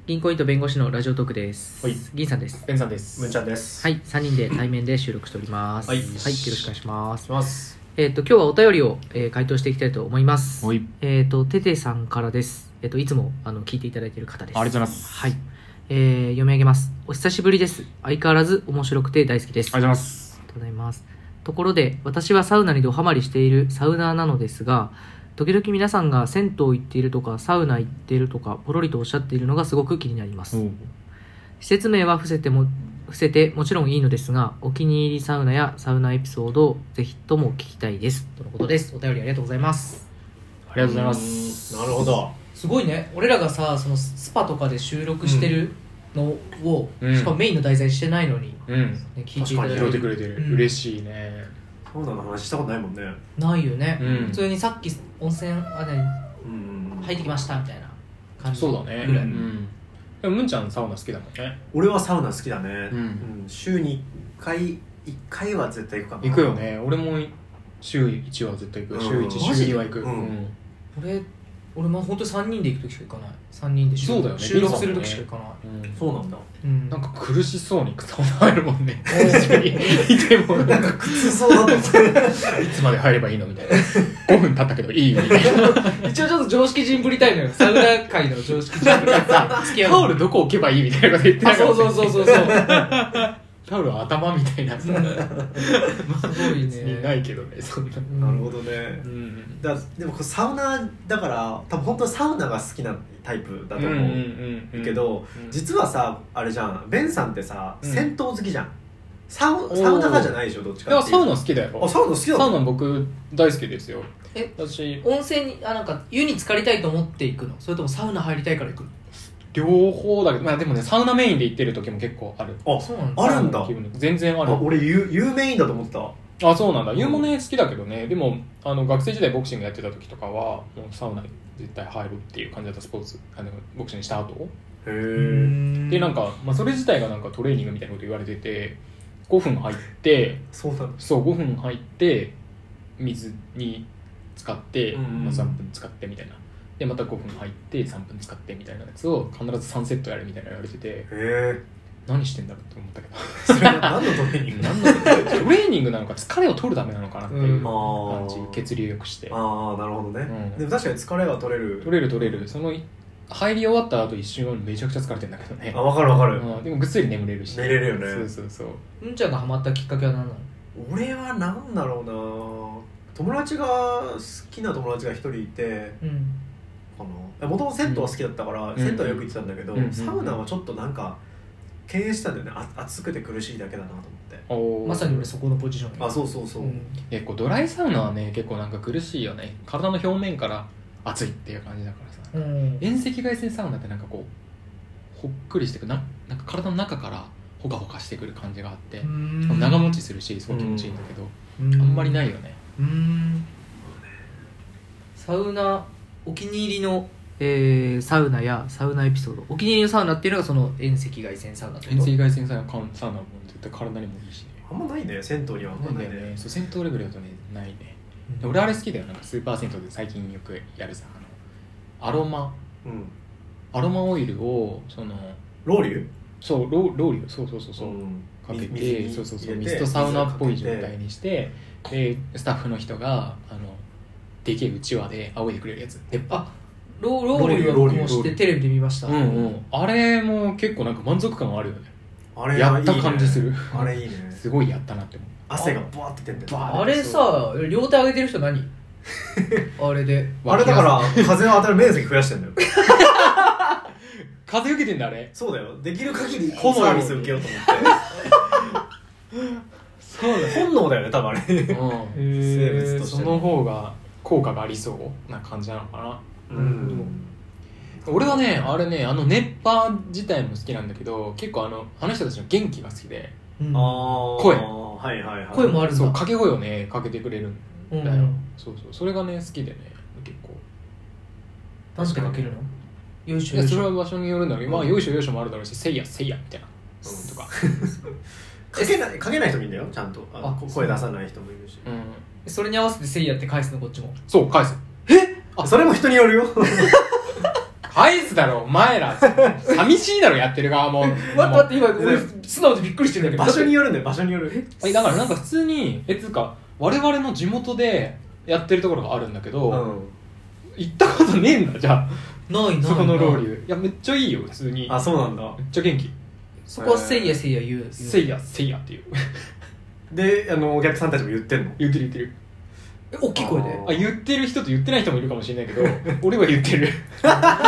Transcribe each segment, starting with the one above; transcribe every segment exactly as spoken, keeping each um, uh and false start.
銀行員と弁護士のラジオトークです。 はい、 銀さんです。 ベンさんです。 むんちゃんです。 はい、さんにんで対面で収録しております。 はい、 はい、よろしくお願いします。 ますえっ、ー、と今日はお便りを、えー、回答していきたいと思います。 はい、 えっ、ー、とテテさんからです。えっ、ー、といつもあの聞いていただいている方です。 ありがとうございます。 はい、えー、読み上げます。お久しぶりです。相変わらず面白くて大好きです。 ありがとうございます。 ありがとうございます。ところで私はサウナにドハマりしているサウナーなのですが、時々皆さんが銭湯行っているとかサウナ行っているとかポロリとおっしゃっているのがすごく気になります。施設名は伏せても伏せてもちろんいいのですが、お気に入りサウナやサウナエピソードをぜひとも聞きたいですとのことです。お便りありがとうございます。 ありがとうございます。 なるほど。 すごいね。俺らがさ、そのスパとかで収録してるのを、うん、しかもメインの題材してないのに、 うんね、聞いていただいて、 拾ってくれてる、うん、嬉しいね。 サウナの話したことないもんね。 ないよね、 うん、 普通にさっき温泉あたり入ってきましたみたいな感じぐらい。 そうだね、うん、でもむんちゃんサウナ好きだもんね。 俺はサウナ好きだね、 うんうん、 週にいっかいいっかいは絶対行くかな。 行くよね。俺も週いちは絶対行く、うん、週いち、週には行く、うんうん、 俺俺も本当にさんにんで行く時しか行かない。さんにんで収録、 そうだよね、 収録する時しか行かない、 うん、そうなんだ、 うん、 なんか苦しそうにサウナ入るもんね。いてもなんか苦痛そうだと思っていつまで入ればいいのみたいな。ごふん経ったけどいいみたいな。一応ちょっと常識人ぶりたいのよ。サウナ界の常識人ぶりたい。 タオルどこ置けばいいみたいなこと言ってなかった。 そうそうそうそうそうタオルは頭みたいな。すごいね。 ないけどね、そんな。なるほどね、 うん、 だでもサウナだから多分本当にサウナが好きなタイプだと思うけど、実はさあれじゃん、ベンさんってさ、うん、銭湯好きじゃん。サウ、サウナ派じゃないでしょ、どっちかっていうと。 いやサウナ好きだよ。 あ、サウナ好きだ。 サウナ僕大好きですよ。 え、私温泉にあなんか湯に浸かりたいと思って行くの？それともサウナ入りたいから行くの？ 両方だけど、まあでもね、サウナメインで行ってる時も結構ある。 あ、そうなんだ。あるんだ。 全然ある。 あ、俺湯、湯メインだと思った。 あ、そうなんだ。湯もね、好きだけどね。でもあの学生時代ボクシングやってた時とかはもうサウナに絶対入るっていう感じだった。スポーツあのボクシングした後。 へー。 でなんか、まあ、それ自体がなんかトレーニングみたいなこと言われてて、ごふん入って、 そうなんだ。 そうごふん入って水に使って、 うんうん、 まあ、さんぷん使ってみたいな。でまたごふん入ってさんぷん使ってみたいなやつを必ずさんセットやるみたいな言われてて、 へー、 何してんだろうって思ったけど、 それは何のトレーニング？ 何のトレーニングなのか疲れを取るためなのかなっていう感じ、うん、血流良くして。 ああ、なるほどね、うん、でも確かに疲れは取れる取れる取れる。その入り終わった後一瞬めちゃくちゃ疲れてるんだけどね。 あ、分かる分かる、 うん、でもぐっすり眠れるし。 寝れるよね。 そうそうそう。 うんちゃんがハマったきっかけは何なの？ 俺は何だろうな、友達が好きな友達が一人いて、うんもともと銭湯は好きだったから、うん、銭湯はよく行ってたんだけど、うん、サウナはちょっとなんか敬遠したんだよね。あ暑くて苦しいだけだなと思って。 まさに俺そこのポジション。 あ、そうそうそう、うん、 結構ドライサウナはね結構なんか苦しいよね。体の表面から熱いっていう感じだからさ、うん、遠赤外線サウナってなんかこうほっくりしてくな、なんか体の中からほかほかしてくる感じがあって、しかも長持ちするしすごい気持ちいいんだけど、うん、あんまりないよね。 うん、サウナお気に入りのえー、サウナやサウナエピソード。お気に入りのサウナっていうのがその遠赤外線サウナ。 遠赤外線サウナサウナも絶対体にもいいしね。 あんまないね、銭湯にはあんまないね。 ね、そう銭湯レベルだとねないね、うん、俺あれ好きだよ。なんかスーパー銭湯で最近よくやるさ、あのアロマ、うん、アロマオイルをそのロウリュそうロウロウリュそうそうそうそう、うん、かけて、そうそうそうミストサウナっぽい状態にして、でスタッフの人があのでけえうちわで仰いでくれるやつ。であローローリュは僕も知ってテレビで見ました、 うんうん、あれも結構なんか満足感あるよね。あれやった感じする。 あれいいね。 すごいやったなって思う。 汗がバーって出てる。 あれさ、両手上げてる人何あれであれだから風の当たる面積増やしてんだよ風受けてんだあれ。 そうだよ、できる限りサービス受けようと思ってそうだ、本能だよね多分あれ、うん、生物としてその方が効果がありそうな感じなのかな。うん、俺はねあれねあの熱波自体も好きなんだけど、結構あのあの人たちの元気が好きで、うん、声、 はいはいはい、 声もあるんだ。 そう掛け声をねかけてくれるんだよ、うん、そうそうそれがね好きでね結構。 何てかけるの？よいしょよいしょ。それは場所によるんだけど、まあよいしょよいしょもあるだろうし、せいやせいやみたいな、うん、とかかけないかけない人もいるんだよちゃんと。ああ声出さない人もいるし、 うん、それに合わせてせいやって返すのこっちも。 そう返す。 えあそれも人によるよ返すだろお前ら寂しいだろやってる側も。 待って待って今俺素直でびっくりしてるんだけど場所によるんだよ場所による。 えだからなんか普通にえつうか我々の地元でやってるところがあるんだけど、うん、行ったことねえんだじゃあないないそこのロウリュいやめっちゃいいよ普通に。 あそうなんだ。 めっちゃ元気。 そこはせいやせいや言うせいやせいやっていうであのお客さんたちも言ってんの。 言ってる言ってる。 え大きい声であ言ってる人と言ってない人もいるかもしれないけど俺は言ってる俺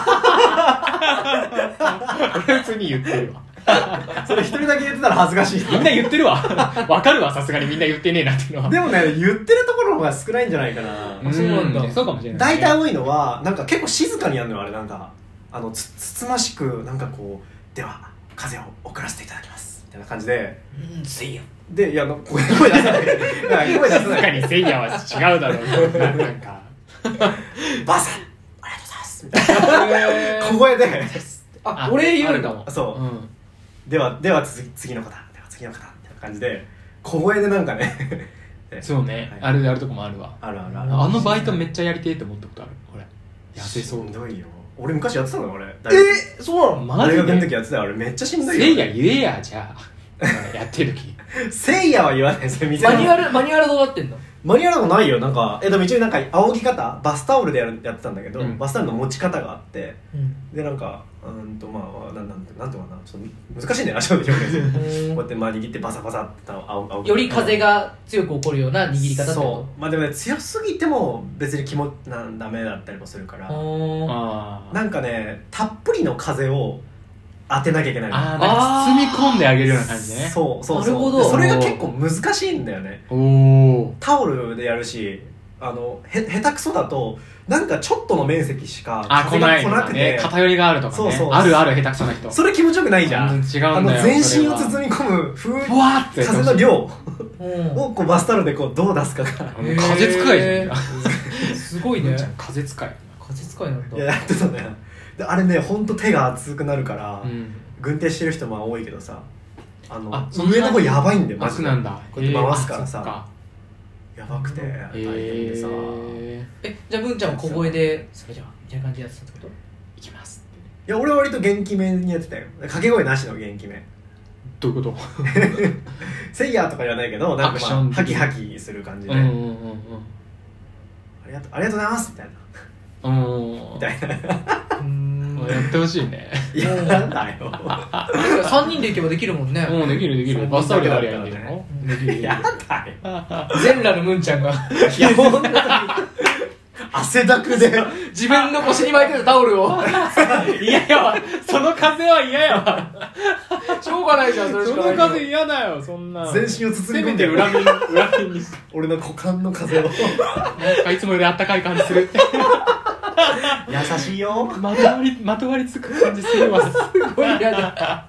は普通に言ってるわそれ一人だけ言ってたら恥ずかしい。 みんな言ってるわわかるわさすがにみんな言ってねえなっていうのは。 でもね言ってるところの方が少ないんじゃないかな。 あそうなんだ。そうかもしれない、ね、 大体多いのはなんか結構静かにやるのよあれ。なんかあの つ, つつましくなんかこうでは風を送らせていただきますみたいな感じでうんせいやでいや声出さない声出さない静かにせいやは違うだろうなんかバーさんありがとうございますみたいな小声でああ俺言うんだもん。 そう、 うん、 ではでは次次の方では次の方みたいな感じで小声でなんかねそうね、はい、あるあるとこもあるわ。 あるあるある。 あのバイトめっちゃやりてえって思ったことある俺。痩せそう。 しんどいよ。俺昔やってたのよ俺。 えー、そうなの。 マジで大学の時やってたよ俺。めっちゃしんどいよ。 せいや言えやじゃあやってる時せいやは言わないですよ。 マニュアルマニュアルどうなってんの。 マニュアルもないよ。なんかえでも一応なんか仰ぎ方バスタオルでやるやってたんだけど、うん、バスタオルの持ち方があって、うん、でなんかうんとまあなんなんてなんていうかなちょっと難しいんだよなちょっと表現するこうやってまあ握ってバサバサって仰ぎより風が強く起こるような握り方ってこと。 そうまあでもね強すぎても別に気もなんダメだったりもするからなんかねたっぷりの風を当てなきゃいけないの。 ああ、なんか包み込んであげるような感じね。 そうそうそう。 なるほど。 それが結構難しいんだよね。 おタオルでやるし、あのへ下手くそだとなんかちょっとの面積しか風が来なくて、ね、偏りがあるとかね。そうそうあるある下手くそな人。 それ気持ちよくないじゃん。 うん、違うんだよ。 あの全身を包み込む風風の量をこうバスタオルでこうどう出すかが風使いじゃん。 すごいね。 風使い。 風使いなんだ。 いややってたんだよ。であれねほんと手が熱くなるから、うん、軍手してる人も多いけどさあのあ上の方やばいんだよマジで。 なんだこうやって回すからさやばくて大変でさ。 えじゃあ文ちゃんは小声でそれじゃあみたいな感じでやってたってこと。 いきますって。 いや俺は割と元気めにやってたよ。掛け声なしの元気め。 どういうことせいやとかじゃないけどなんかまあハキハキする感じで、うんうんうんうん、ありがとうありがとうございますみたいなみたいなやってほしいね。 いやなんだよさんにんで行けばできるもんね。 もうできるできる。バスタオルでありゃいいんじゃないの。できる。 やだよ全裸のムンちゃんがいやほんとに汗だくで自分の腰に巻いてるタオルを嫌やわその風は嫌やわしょうがないじゃんそれしかない。 その風嫌だよそんな。 全身を包み込んで裏面裏面に俺の股間の風をなんかいつもよりあったかい感じする優しいよ。 まとわりまとわりつく感じするわ。すごい嫌だ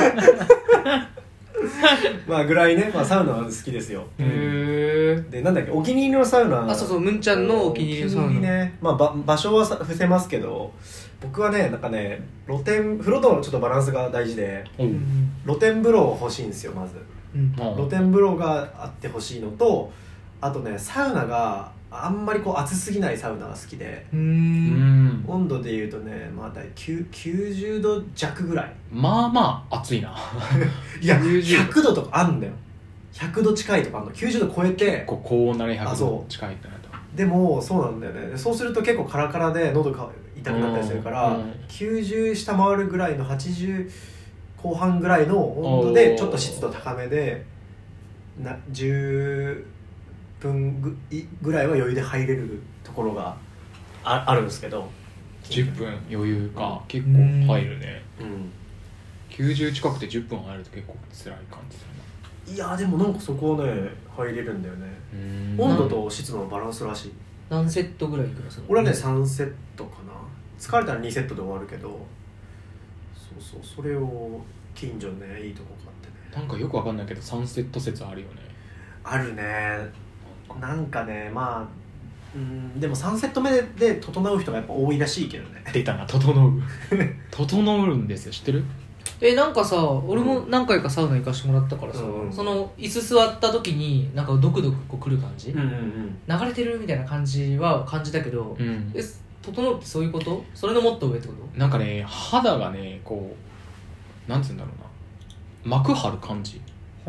まあぐらいね、まあ、サウナは好きですよ。 へえ。でなんだっけお気に入りのサウナ。 あそうそうムンちゃんのお気に入りのサウナね。まあば場所は伏せますけど僕はねなんかね露天風呂とのちょっとバランスが大事で、うん、露天風呂欲しいんですよまず、うん、露天風呂があってほしいのとあとねサウナがあんまりこう暑すぎないサウナが好きでうーん温度でいうとねまあ大体きゅうじゅうど弱ぐらい。 まあまあ暑いないやひゃくどとかあんだよ。ひゃくど近いとかあんの。きゅうじゅうど超えて結構高温なねひゃくど近いってなると。 でもそうなんだよね。そうすると結構カラカラで喉が痛くなったりするから、うん、きゅうじゅう下回るぐらいのはちじゅう後半ぐらいの温度でちょっと湿度高めでなじゅっぷん ぐ, ぐらいは余裕で入れるところが あ, あるんですけどじゅっぷん余裕か、うん、結構入るね、うん、きゅうじゅう近くてじゅっぷん入ると結構辛い感じするな。いやでもなんかそこはね入れるんだよね。温度と湿度のバランスらしい。 何セットぐらいいくらするの。 俺はねさんセットかな。疲れたらにセットで終わるけどそうそうそれを近所ねいいとこ買ってね。 なんかよくわかんないけどさんセット説あるよね。あるね。なんかねまあうんでもさんセット目で整う人がやっぱ多いらしいけどね。 出たな整う整うんですよ知ってる。 えなんかさ俺も何回かサウナ行かしてもらったからさ、うん、その椅子座った時になんかドクドクこう来る感じ、うんうんうん、流れてるみたいな感じは感じたけど、うん、え整うってそういうこと？それのもっと上ってこと？ なんかね肌がねこうなんつうんだろうな膜張る感じ、 うん、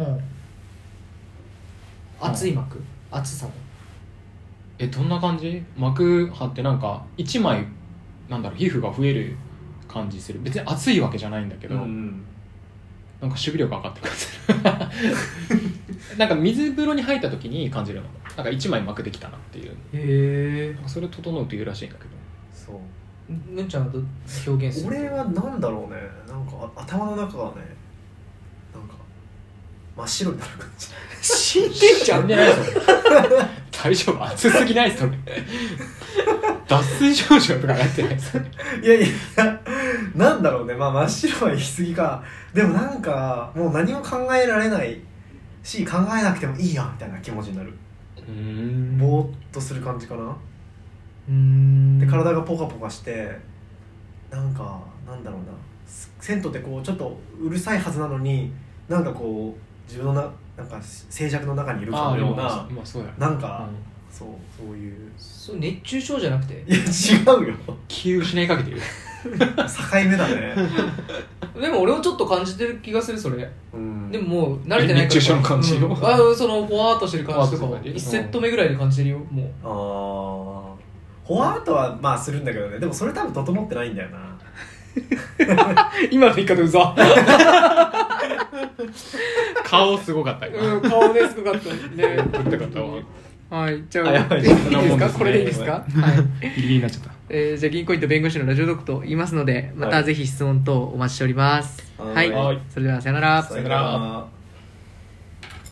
厚い膜、厚さもえどんな感じ？膜張ってなんか一枚なんだろう皮膚が増える感じする。別に熱いわけじゃないんだけど、うん、なんか守備力上がってくるなんか水風呂に入った時に感じるのなんか一枚膜できたなっていう。 へえ。 それ整うというらしいんだけど。 そうむんちゃんはど表現する？ 俺はなんだろうね、なんか頭の中がねなんか真っ白になる感じ。 死んでんじゃん。 死んでないそれ大丈夫？熱すぎないそれ脱水症状とかなってないそれ。 いやいやなんだろうね、まあ真っ白は言い過ぎか。でもなんかもう何も考えられないし考えなくてもいいやみたいな気持ちになる。 うーんぼーっとする感じかな。 うーんで体がポカポカしてなんかなんだろうな、銭湯ってこうちょっとうるさいはずなのになんかこう自分のななんか静寂の中にいるかのような、 まあそうやなんか、 うん、 そうそういうそう熱中症じゃなくて、 いや違うよ気失いかけてる境目だねでも俺もちょっと感じてる気がするそれ、うん、でももう慣れてないから熱中症の感じを、うん、 あそのほわーっとしてる感じとかいちセット目ぐらいで感じてるよもう。 ああほわーっとはまあするんだけどね、でもそれ多分整ってないんだよな今の言い方うざ顔すごかった今、うん、顔ねすごかったね撮りたかったわ。 はい、じゃあ、あいいですか？これでいいですか？はい。 ギリギリになっちゃった。 えー、じゃあ銀行員と弁護士のラジオドクと言いますので、またぜひ質問等お待ちしております。 はい。 はい、それではさよなら。 さよなら。